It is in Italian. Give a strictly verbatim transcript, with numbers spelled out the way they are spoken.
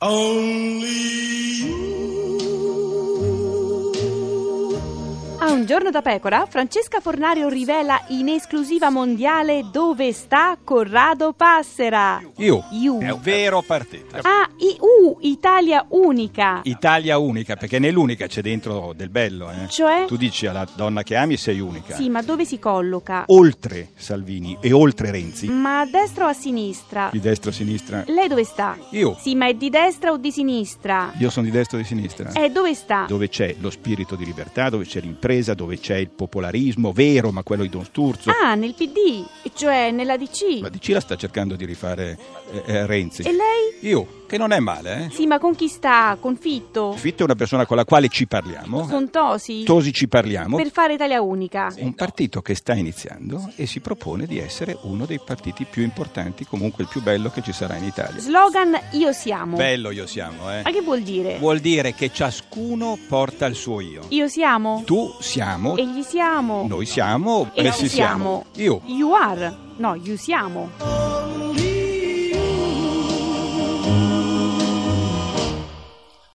Only you. A Un giorno da pecora, Francesca Fornario rivela in esclusiva mondiale dove sta Corrado Passera. Io. Io. È un vero partito. Ah, I U, Italia unica. Italia unica, perché nell'unica c'è dentro del bello, eh? Cioè? Tu dici alla donna che ami sei unica. Sì, ma dove si colloca? Oltre Salvini e oltre Renzi. Ma a destra o a sinistra? Di destra o sinistra? Lei dove sta? Io. Sì, ma è di destra o di sinistra? Io sono di destra o di sinistra? Eh, dove sta? Dove c'è lo spirito di libertà, dove c'è l'impresa, dove c'è il popolarismo vero, ma quello di Don Sturzo. Ah, nel P D, cioè nella D C. La D C la sta cercando di rifare eh, eh, Renzi. E lei? Io, che non è male, eh? Sì, ma con chi sta? Con Fitto? Fitto è una persona con la quale ci parliamo. Con Tosi? Tosi ci parliamo. Per fare Italia unica. Un partito che sta iniziando e si propone di essere uno dei partiti più importanti, comunque il più bello che ci sarà in Italia. Slogan Io siamo. Bello io siamo, eh? Ma che vuol dire? Vuol dire che ciascuno porta il suo io. Io siamo? Tu siamo, Egli siamo? noi siamo, E essi ci siamo? Io. You are? No, you siamo.